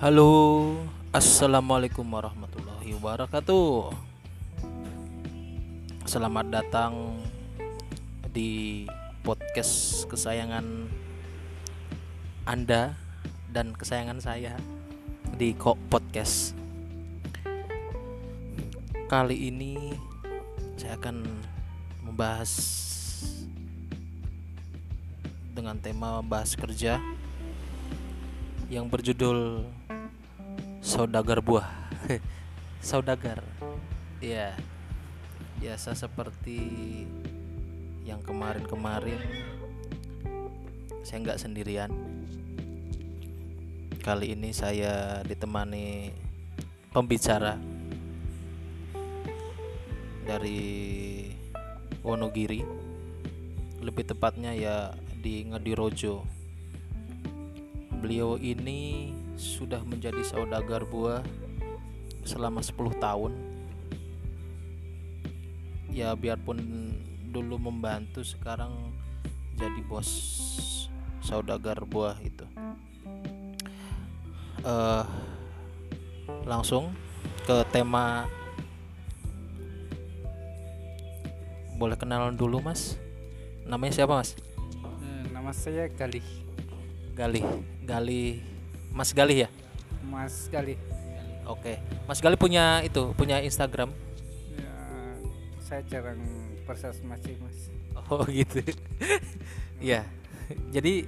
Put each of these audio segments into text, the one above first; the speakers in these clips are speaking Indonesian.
Halo, assalamualaikum warahmatullahi wabarakatuh. Selamat datang di podcast kesayangan Anda dan kesayangan saya di Kok Podcast. Kali ini saya akan membahas dengan tema bahas kerja yang berjudul saudagar buah. Saudagar. Ya, biasa seperti yang kemarin-kemarin saya nggak sendirian. Kali ini saya ditemani pembicara dari Wonogiri, lebih tepatnya ya di Ngadirojo. Beliau ini sudah menjadi saudagar buah selama 10 tahun. Ya biarpun dulu membantu, sekarang jadi bos saudagar buah itu. Langsung ke tema. Boleh kenalan dulu Mas? Namanya siapa Mas? Nama saya Galih. Galih, Mas Galih ya? Mas Galih. Oke, Mas Galih punya Instagram? Ya, saya jarang bersosmed Mas. Oh gitu. Ya, jadi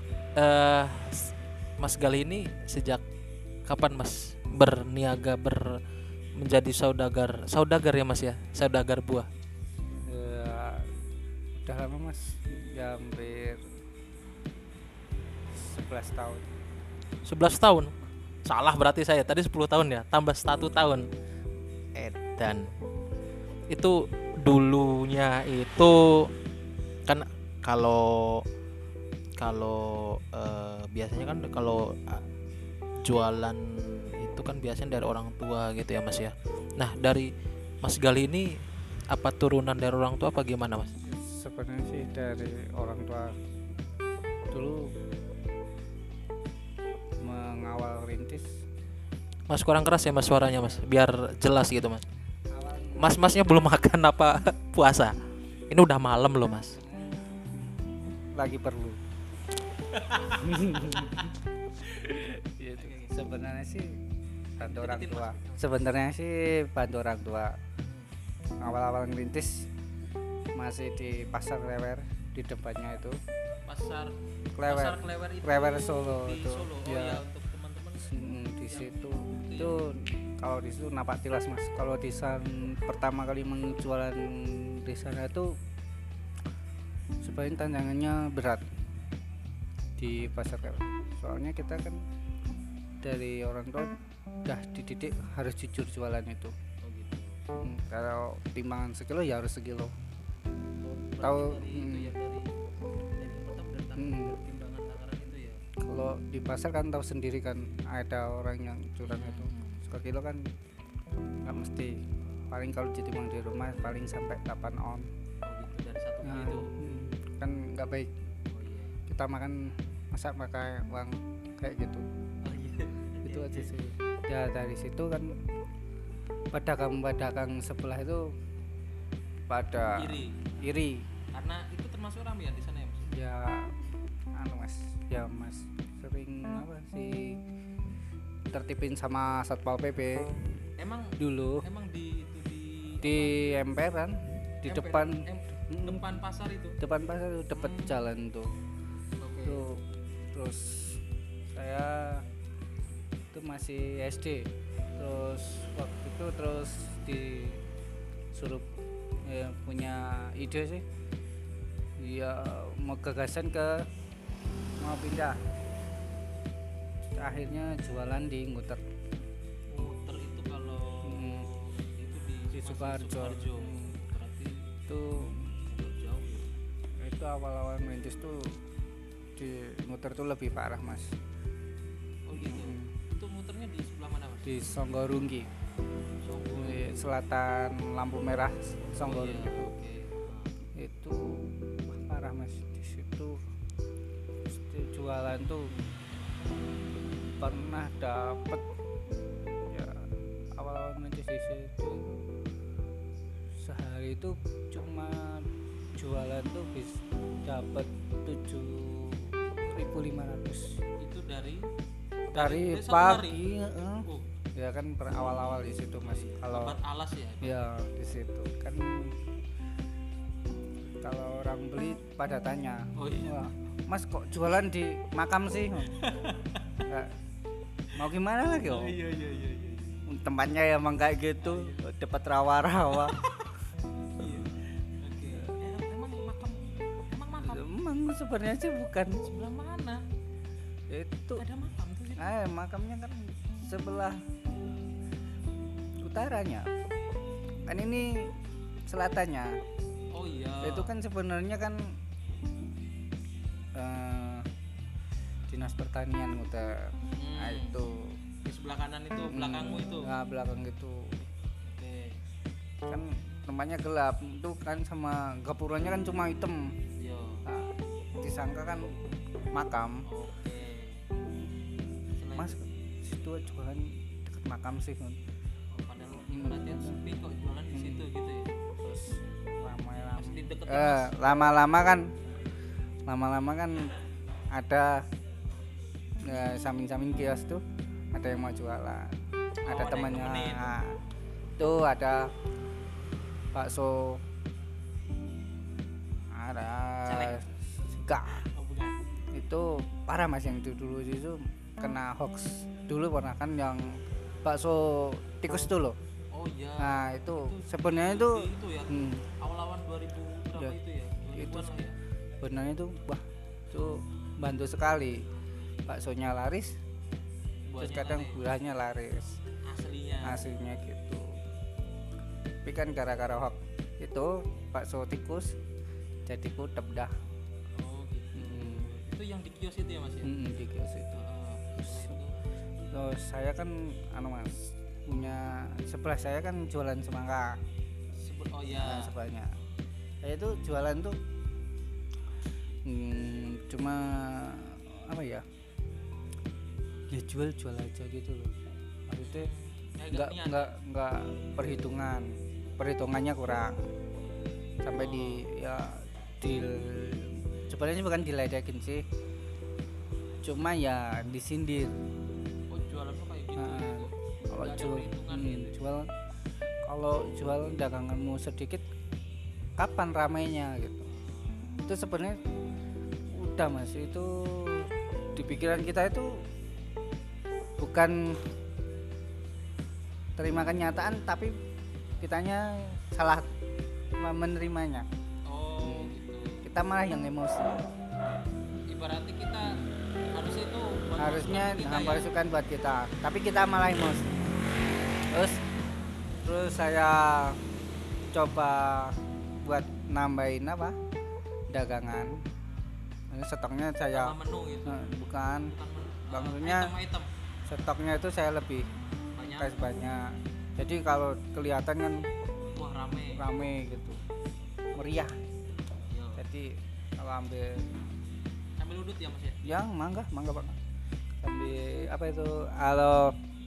Mas Galih ini sejak kapan Mas berniaga menjadi saudagar ya Mas ya, saudagar buah? Ya, udah lama Mas, ya hampir 11 tahun. 11 tahun? Salah berarti saya, tadi 10 tahun ya, tambah 1 tahun. Dan itu dulunya itu kan kalau biasanya kan kalau jualan itu kan biasanya dari orang tua gitu ya Mas ya. Nah, dari Mas Gali ini apa turunan dari orang tua apa gimana Mas? Sebenarnya sih dari orang tua. Dulu mengawal rintis. Mas kurang keras ya Mas suaranya Mas, biar jelas gitu Mas. Mas-masnya belum makan apa puasa? Ini udah malam loh Mas. Lagi perlu. Sebenarnya sih bantu orang tua. Awal-awal ngerintis masih di pasar Klewer, di depannya itu. Pasar Klewer itu Klewer Solo di itu. Solo. Oh ya, untuk teman-teman Di situ itu kalau di situ napak tilas Mas. Kalau di sana pertama kali menjualan di sana itu sebenarnya tantangannya berat di pasar Klewer. Soalnya kita kan dari orang tua udah dididik harus jujur jualan itu. Oh gitu. Kalau timbangan sekilo ya harus sekilo. Tahu timbangan takaran itu ya. kalau di pasar kan tahu sendiri kan ada orang yang curang itu. Sekilo kan nggak mesti, paling kalau ditimbang di rumah paling sampai 8 on. Oh gitu, dari satu Nah, itu. kan nggak baik. Oh iya. Kita makan masak pakai uang kayak gitu. Oh iya. Itu aja sih. Ya dari situ kan pedagang sebelah itu pada iri. Karena itu termasuk ramean di sana ya Mas. Ya Mas, ya Mas sering apa sih tertipin sama Satpol PP Emang dulu di emperan di emper- depan depan pasar itu. depan pasar itu, depan jalan tuh. Oke. Tuh, terus saya itu masih SD, terus waktu itu terus disuruh punya ide sih, ya mau gagasan mau pindah, akhirnya jualan di Nguter. Muter itu kalau itu Di masih Sukoharjo. Berarti Itu agak jauh ya. itu awal-awal merintis tuh di Nguter tuh lebih parah Mas. Oh gitu. Itu muternya di sebelah mana Mas? Di Songgorunggi, Songgo. di selatan lampu merah Songgorunggi. Oh, iya. Oke. Itu parah Mas. Di situ jualan tuh pernah dapet ya awal menjadi situ sehari itu cuma jualan tuh bisa dapat 7.500 Itu dari dari satu pagi. Oh, Ya kan per awal-awal di situ Mas. Kalau kabar alas ya. ya di situ kan kalau orang beli pada tanya, Oh iya. wah Mas kok jualan di makam sih? Nggak, mau gimana lagi Oh om? iya iya iya iya. Tempatnya ya emang kayak gitu, dapat rawa-rawa. Iya. Oke. Emang makam. Emang sebenarnya sih bukan Sebelah mana? itu. Ada makam tuh sih. Makamnya kan sebelah utaranya. Kan ini selatannya. Oh iya. Itu kan sebenarnya kan dinas pertanian udah. Nah itu di sebelah kanan itu, belakangmu itu. Nah, belakang itu Oke. kan tempatnya gelap itu kan sama gapuranya kan cuma hitam. Yo. Nah, disangka kan makam. Oke. Selain Mas situ jualan dekat makam sih kan. padahal ibaratnya sepi kok jualan di situ gitu ya. Terus Pas di deket lama-lama kan ada samping-samping kios tuh ada yang mau jualan, ada ada yang temannya. nemenin. Nah, tuh ada bakso, ada Celek. sika. Oh bukan. Itu parah Mas, yang itu dulu itu kena hoax dulu pernah kan, yang bakso tikus itu loh. Oh iya. Nah itu sebenarnya itu Itu ya. Awal-awal 2000 berapa Ya, itu ya? 2000-an itu lah ya. sebenarnya itu wah itu bantu sekali, baksonya laris, terus Buahnya kadang laris. buahnya laris Aslinya. aslinya gitu. Tapi kan gara-gara hoax itu bakso tikus jadi kutep dah. Oh gitu. Itu yang di kios itu ya Mas ya? Di kios itu. Setelah itu Terus saya kan Mas punya, sebelah saya kan jualan semangka. oh Nah, iya. sebelahnya saya itu jualan tuh cuma apa ya jual aja gitu loh, maksudnya Agak niat. nggak perhitungannya kurang sampai di ya di sebenarnya bukan diledekin sih, cuma ya disindir. Oh jualan lo kayak gitu. Nah, gitu. kalau Nggak ada jual perhitungan gitu. kalau jual daganganmu sedikit kapan ramainya gitu. Itu sebenarnya udah Mas, itu di pikiran kita itu bukan terima kenyataan, tapi kitanya salah menerimanya. Oh gitu. Kita malah yang emosi. Ibaratnya kita harusnya itu buat Harusnya masukan kita ya. masukan buat kita, tapi kita malah emosi. Terus saya coba buat nambahin apa dagangan. Ini stoknya saya Sama menu gitu. bukan Bukan maksudnya item stoknya itu saya lebih banyak. kasih banyak. Jadi kalau kelihatan kan Wah rame. rame gitu, meriah. Yo. Jadi kalau ambil Sambil udut ya Mas ya. yang mangga banget. Sambil apa itu, kalau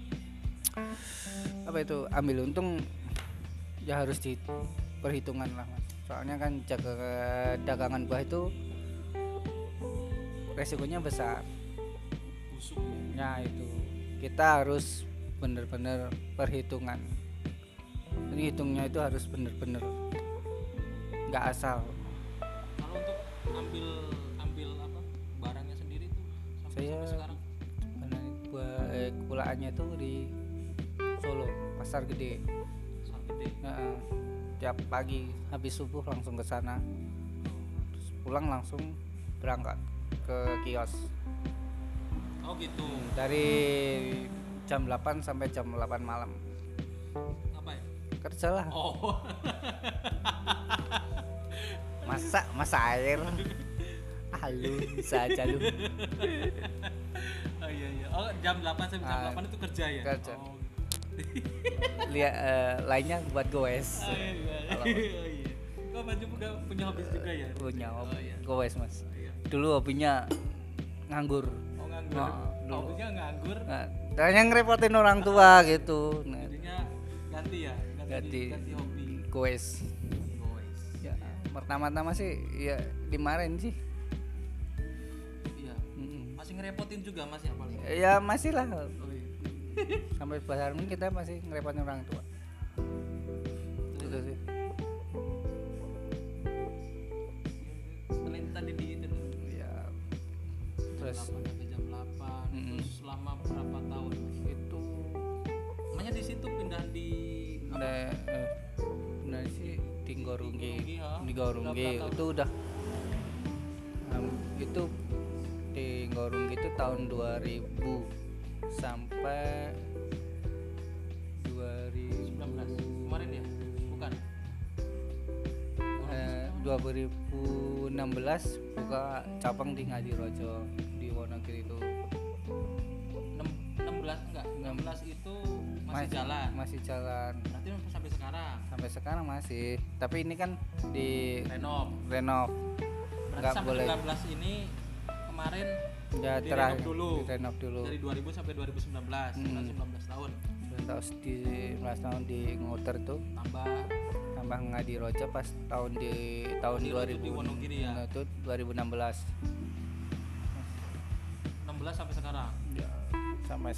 apa itu ambil untung ya harus diperhitungkan lah Mas. Soalnya kan jaga dagangan buah itu resikonya besar. Busuk. Ya itu kita harus bener-bener perhitungan. Ini hitungnya itu harus bener-bener nggak asal. Kalau untuk ambil apa barangnya sendiri tuh sampai Saya sekarang bener buah kulaannya itu di Solo, Pasar Gede. besar gede. Nah, tiap pagi habis subuh langsung ke sana, terus pulang langsung berangkat ke kios. Oh gitu. Dari jam 8 sampai jam 8 malam Apa ya? kerja lah. Oh. Masa air halu saja lu. Oh iya iya. Oh jam 8 sampai jam 8 itu kerja ya? Kerja. Oh. Lihat lainnya buat goes. Oh, iya. Kalau- Oh, iya. Kau maju punya hobi juga ya? Punya Oh, iya. goes Mas. Iya. Dulu hobinya nganggur. Oh nganggur. nganggur. dulu. Hobinya nganggur. Nah, dan yang ngerepotin orang tua gitu. Nah, Jadinya ganti ya, ganti ganti hobi. goes. Boys. Ya, pertama-tama sih ya dimarahin sih. Iya. Mm-mm. Masih ngerepotin juga Mas ya paling. Ya masih lah. Oh, iya. Sampai sekarang ini kita masih ngerepotin orang tua. Gitu sih. Selain tadi di itu Ya. jam Terus 8 sampai jam 8 Mm-mm. terus selama berapa tahun Mas? itu Namanya di situ pindah di nah sih di Gorungge. Gorungge, ya. Di Gorungge Berapa tahun? itu udah itu di Gorungge itu tahun 2000 sampai 19 kemarin ya? Bukan. 2016 buka cabang di Ngadirojo di Wonogiri itu 16 enggak? 16 itu masih jalan. masih jalan Berarti sampai sekarang sampai sekarang masih, tapi ini kan di renov. renov Berarti nggak sampai boleh 19 ini kemarin ya di terakhir renov dulu. di renov dulu Dari 2000 sampai 2019, 19 tahun. terus di 19 tahun di Nguter tuh Tambah Ngadirojo pas tahun tahun Ngadirojo 2000 di Wonogiri ya? nah, itu 2016 16 sampai sekarang. ya sampai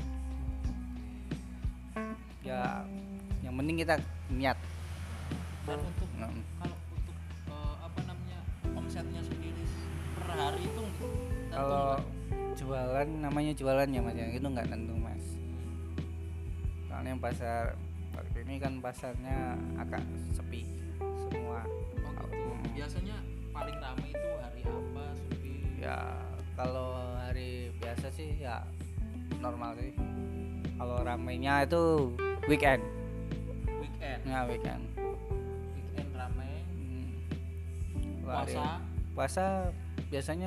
ya yang penting kita niat. Dan untuk Nah, kalau untuk apa namanya omsetnya sendiri per hari itu tentu kalau nggak? jualan namanya jualan ya mas, yang itu nggak tentu mas. Soalnya pasar ini kan pasarnya agak sepi semua. Oh gitu. Biasanya paling ramai itu hari apa sepi? Ya kalau hari biasa sih ya normal sih. Kalau ramainya itu weekend. Weekend. Ya weekend. Weekend ramai. Kalau hari- Puasa. Puasa biasanya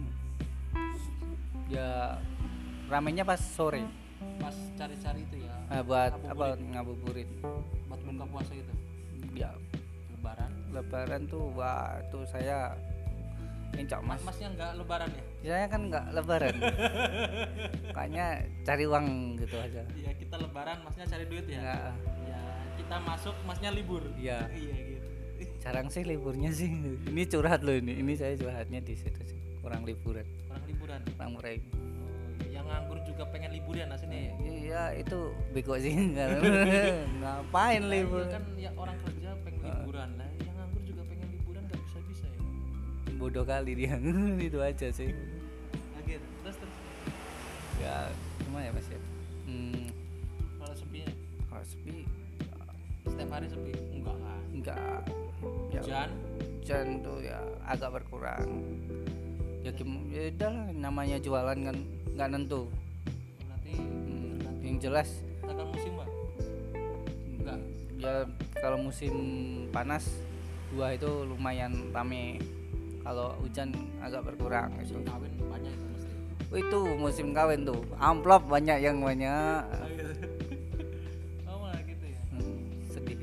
ya ramainya pas sore. Pas cari-cari itu ya. Buat Ngabuburit. ngabuburit. Buat buka puasa gitu. Ya Lebaran. lebaran tuh wah tuh saya encok mas. Masnya nggak lebaran ya? Saya kan nggak lebaran. Kayaknya cari uang gitu aja. Iya, kita lebaran masnya cari duit ya. Ya, Ya, kita masuk masnya libur. Iya. Iya gitu. jarang sih liburnya sih. Ini curhat loh ini. Ini saya curhatnya di situ sih. Kurang liburan, Orang liburan. kurang murah. Oh, yang nganggur juga pengen liburan nah sini. Iya itu bego sih. Ngapain Nah, libur? iya kan ya orang kerja pengen liburan. Nah, yang nganggur juga pengen liburan nggak bisa-bisa ya. Bodoh kali dia. Itu aja sih. Lagi terus Ya gimana ya mas ya. kalau sepi Kalau sepi setiap hari sepi enggak lah. enggak. Ya, hujan tuh ya agak berkurang. Ya ya udah lah, namanya jualan kan nggak nentu. Nanti Yang jelas tanggal musim Pak. Enggak. ya kalau musim panas buah itu lumayan rame. Kalau hujan agak berkurang itu. Musim kawin banyak itu mesti. Itu musim kawin tuh amplop banyak yang banyak. Oh malah gitu ya. Sedih.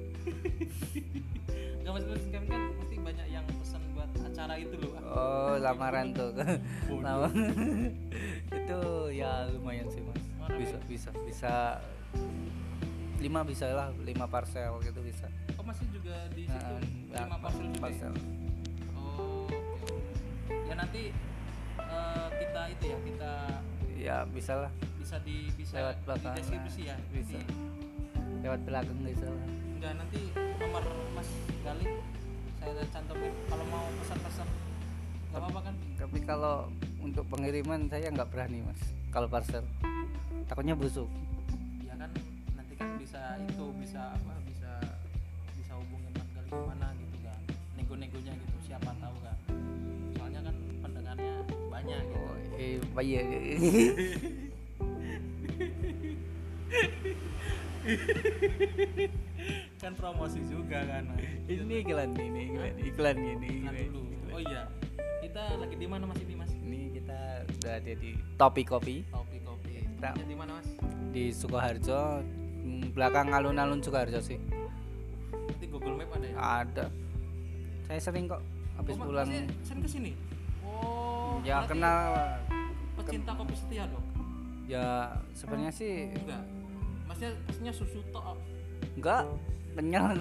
Enggak musim kawin kan pasti banyak yang pesan buat acara itu loh. Oh lamaran tuh. Bodoh. Itu ya lumayan sih mas. Mana Bisa 5 bisa lah 5 parcel gitu bisa. Oh masih juga di situ Ya, 5 parcel juga. parcel. Oh, oke. Ya nanti kita itu ya kita Ya bisa lah bisa lewat di belakang. deskripsi ya. Bisa. Lewat belakang bisa lah. Enggak nanti nomor Mas Galih saya cantumin kalau mau pesan-pesan. Enggak apa-apa kan? Tapi kalau untuk pengiriman saya nggak berani mas. Kalau parcel takutnya busuk. Ya kan nanti kan bisa bisa hubungin Mas Galih gimana gitu kan. Nego-negonya gitu siapa tahu kan. Soalnya kan pendengarnya banyak gitu. Oh bayi. Kan promosi juga kan. Ini iklan ini. Iklan dulu. Oh iya. Kita lagi di mana Mas ini Mas? Ini kita udah ada di Topi Kopi Kopi. Nah. Di mana Mas? di Sukoharjo, belakang alun-alun Sukoharjo sih. Nanti Google Map ada ya? Ada. Saya sering kok habis pulang. Sen ke sini. Oh. Ya berarti kenal pecinta kopi setia dong? Ya sebenarnya sih Enggak. Maksudnya susu tok. enggak kenyal.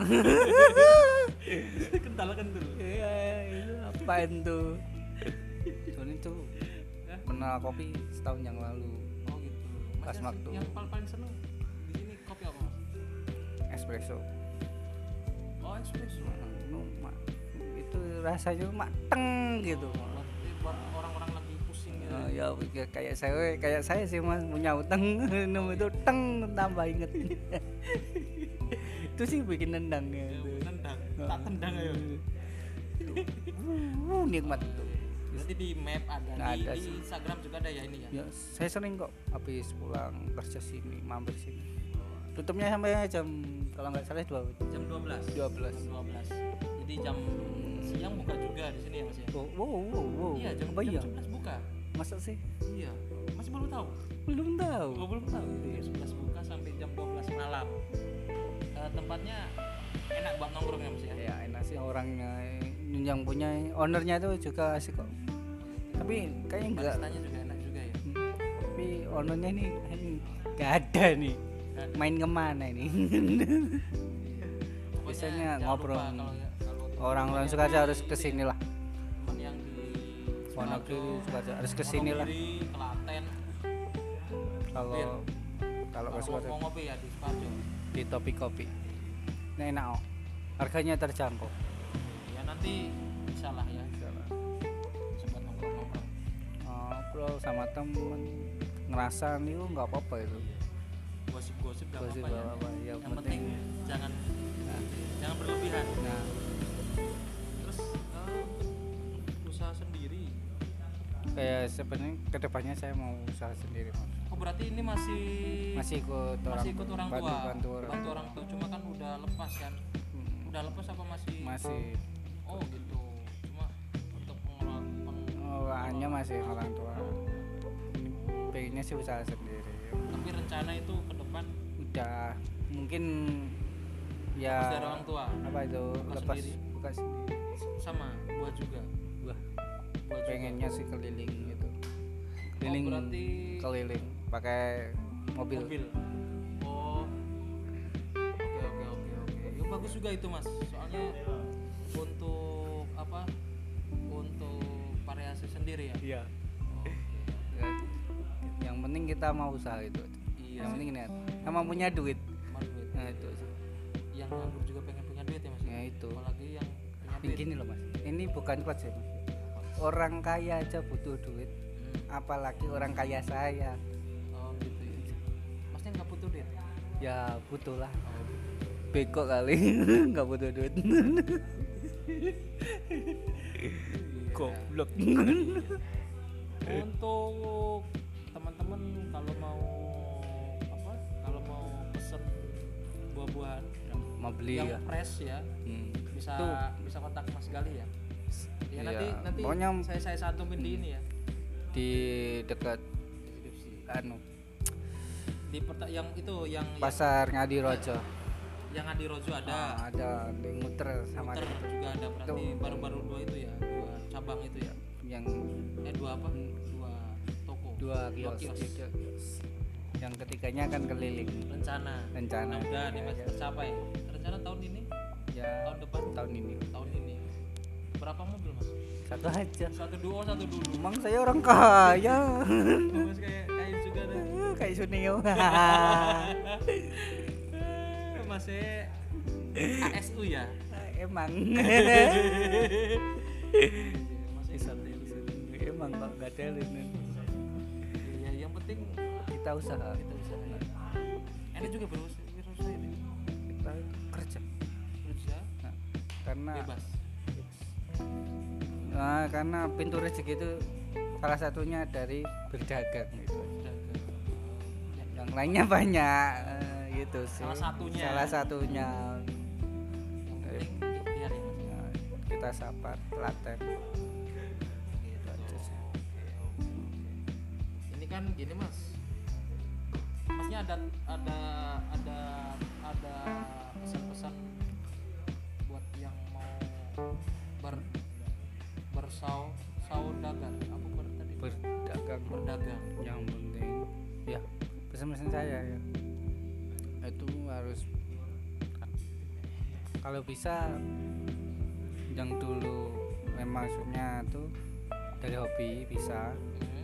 Kental dulu. Iya, itu apaan tuh? Soalnya tuh kenal kopi setahun yang lalu. Oh gitu. Pas waktu Yang paling seneng di sini kopi apa Mas? espresso. Oh espresso. Itu rasanya mateng gitu. Buat orang-orang lagi pusing gitu. Ya kayak saya sih Mas punya utang minum itu teng tambah inget. Itu sih bikin nendang ya. Nendang, tak tendang ayo. Nikmat tuh. Berarti di map ada, Ada di sih. Instagram juga ada ya ini ya. Ya, saya sering kok habis pulang kerja sini mampir sini. Tutupnya sampai jam kalau nggak salah Jam 12. 12. Jam 12. Jadi jam siang buka juga di sini ya Mas ya. Wow. Iya, jam Apa iya? 11 buka. Masa sih? Iya. Masih belum tahu. Belum tahu. Oh, belum tahu. Jam 11 buka sampai jam 12 malam. Tempatnya enak buat nongkrong ya Mas ya. Ya enak sih orangnya yang punya ownernya itu juga asik kok. Tapi kayaknya enggak. Baristanya juga enak juga ya. Tapi ownernya ini nggak ada nih. Main kemana ini? Pokoknya Biasanya jangan ngobrol. lupa kalau Orang-orang suka harus kesini lah. teman yang di Wonogiri suka harus kesini lah. Wonogiri, Klaten. Kalau nggak suka Mau ngopi ya di Sukoharjo. di Topi Kopi. Nah, enak oh. Harganya terjangkau. Ya nanti bisa lah ya. Sempat nongkrong-nongkrong. Ngobrol sama temen ngerasa nih nggak apa-apa itu. Gosip-gosip gak Gosip apa-apa ya. apa-apa, yang Yang penting jangan Nah, berlebihan. nah, Terus usaha sendiri. kayak sebenarnya kedepannya saya mau usaha sendiri Mas. Oh berarti ini masih Ikut ikut orang tua. bantu orang tua. Cuma kan udah lepas kan. Udah lepas apa masih? Oh gitu. Cuma untuk Pengelolaannya masih orang tua. Pengennya sih usaha sendiri. Tapi rencana itu ke depan Udah mungkin ya lepas dari orang tua. apa itu Buka lepas sendiri. buka sendiri. Sama buat juga. Wah, Buat juga. pengennya sih keliling gitu. Keliling berarti keliling pakai mobil. Oh. Oke. Ya bagus juga itu Mas. Soalnya untuk apa? Untuk variasi sendiri ya. Iya. Oke. Ya, yang penting kita mau usaha itu. Iya. Yang penting ini sama punya duit. Cuma duit. Nah itu sih. Yang nganggur juga pengen punya duit ya Mas. Ya itu. Apalagi yang punya Ini duit. gini loh Mas. Ini bukan quotes ya Mas. Orang kaya aja butuh duit. Apalagi orang kaya saya. Oh gitu ya. Masnya nggak butuh duit? Ya butuh lah. Bego kali nggak butuh duit. Goblok. Untuk teman-teman kalau mau pesen buah-buahan Mau beli yang ya. fresh ya bisa Tuh. bisa kontak Mas Gali ya. Ya Iya. nanti Pokoknya saya santumin di ini ya. di dekat anu Yang itu yang Pasar Ngadirojo. yang Adi Rojo ada. Ada di muter sama Muter itu. juga ada berarti Tuh. baru-baru dua itu ya, dua cabang itu ya. Yang Dua apa? Dua toko. dua kios. Yang ketiganya kan keliling. Rencana. Mudah-mudahan nih Mas Ya, tercapai. Rencana tahun ini, ya, tahun depan, tahun ini tahun ini. Berapa mobil Mas? satu aja. Satu dulu. Emang saya orang kaya. Oh, Mas kayak juga deh. Kayak Sunio. Masnya ASU ya. Emang. Masih satu. Emang kok gak ada ini. Ya yang penting Kita usaha. kita bisa. Enak juga berusaha ini. Kita kerja. Berusaha Karena bebas. Nah, karena pintu rezeki itu salah satunya dari berdagang gitu. Yang lainnya banyak gitu sih. Salah satunya. Yang penting biar ya Mas. Nah, kita sabar, telaten. Gitu. Ini kan gini Mas. Masnya ada pesan-pesan buat yang mau bersaudagar apa tadi? berdagang. Yang penting ya pesan-pesan saya ya itu harus kalau bisa yang dulu maksudnya tuh dari hobi bisa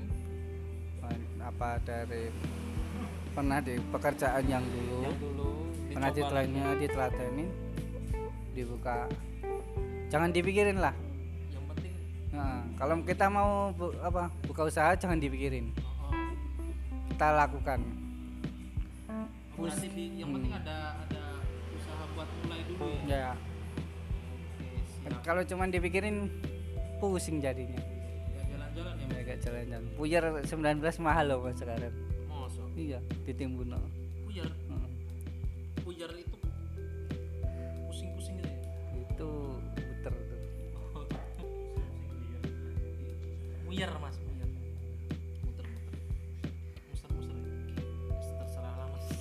apa dari pernah di pekerjaan yang dulu pernah ditelatenin dibuka, jangan dipikirin lah. Yang penting Kalau kita mau buka usaha jangan dipikirin, kita lakukan. yang penting ada usaha buat mulai dulu Ya. Kalau cuman dipikirin pusing jadinya. Ya jalan-jalan ya. Ya kayak jalan-jalan. Puyer 19 mahal loh Mas sekarang. Masa? Iya, ditimbun. Puyer. Puyer itu pusing-pusing gitu ya. Itu muter tuh. Puyer Mas, puyer. Muter-muter. Terserah lah Mas.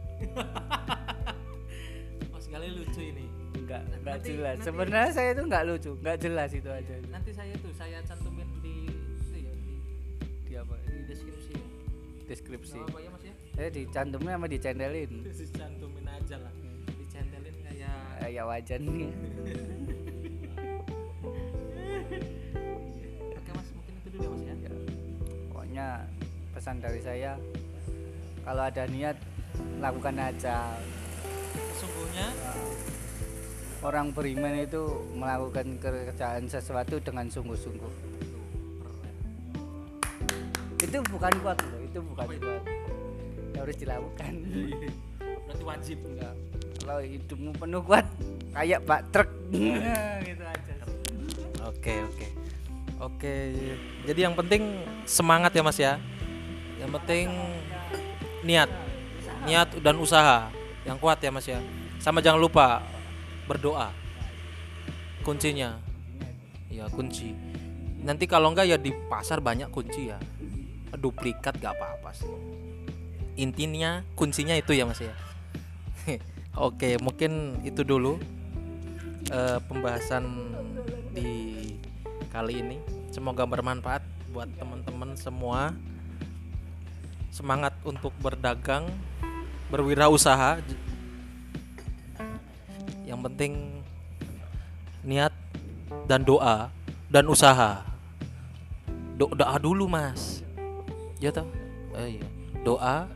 Mas Gali lucu ini. Enggak jelas. Sebenarnya saya itu enggak lucu, enggak jelas itu aja. Nanti saya cantumin di apa? Di deskripsi. Deskripsi. Apa ya Mas ya? Dicantumin sama dicentelin. Dicantumin aja lah. Dicentelin kayak wajan. Oke Mas, mungkin itu dulu ya Mas ya. Pokoknya pesan dari saya, kalau ada niat lakukan aja. Sesungguhnya orang beriman itu melakukan kerjaan sesuatu dengan sungguh-sungguh. Itu bukan kuat loh, itu bukan kuat. Harus dilakukan. Berarti wajib. Enggak. Kalau hidupmu penuh kuat kayak bak truk. Gitu aja. Oke. Jadi yang penting semangat ya Mas ya. Yang penting niat dan usaha yang kuat ya Mas ya. Sama jangan lupa berdoa. Kuncinya. Ya kunci. Nanti kalau enggak ya di pasar banyak kunci ya. Duplikat gak apa-apa sih. Intinya kuncinya itu ya Mas ya. Oke, mungkin itu dulu pembahasan di kali ini. Semoga bermanfaat buat teman-teman semua. Semangat untuk berdagang, berwirausaha. Yang penting niat dan doa dan usaha. Doa dulu Mas. Ya toh? Iya. Doa.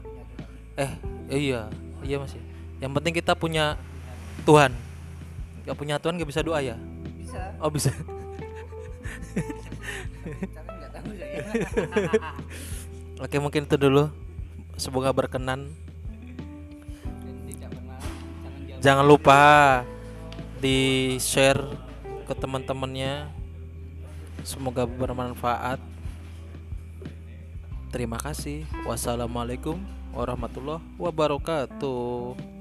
Iya Mas ya. Yang penting kita punya Tuhan. Gak punya Tuhan gak bisa doa ya? Bisa. Oh bisa. Enggak tahu saya. Oke, mungkin itu dulu. Semoga berkenan. Jangan lupa di share ke teman-temannya. Semoga bermanfaat. Terima kasih. Wassalamualaikum warahmatullahi wabarakatuh.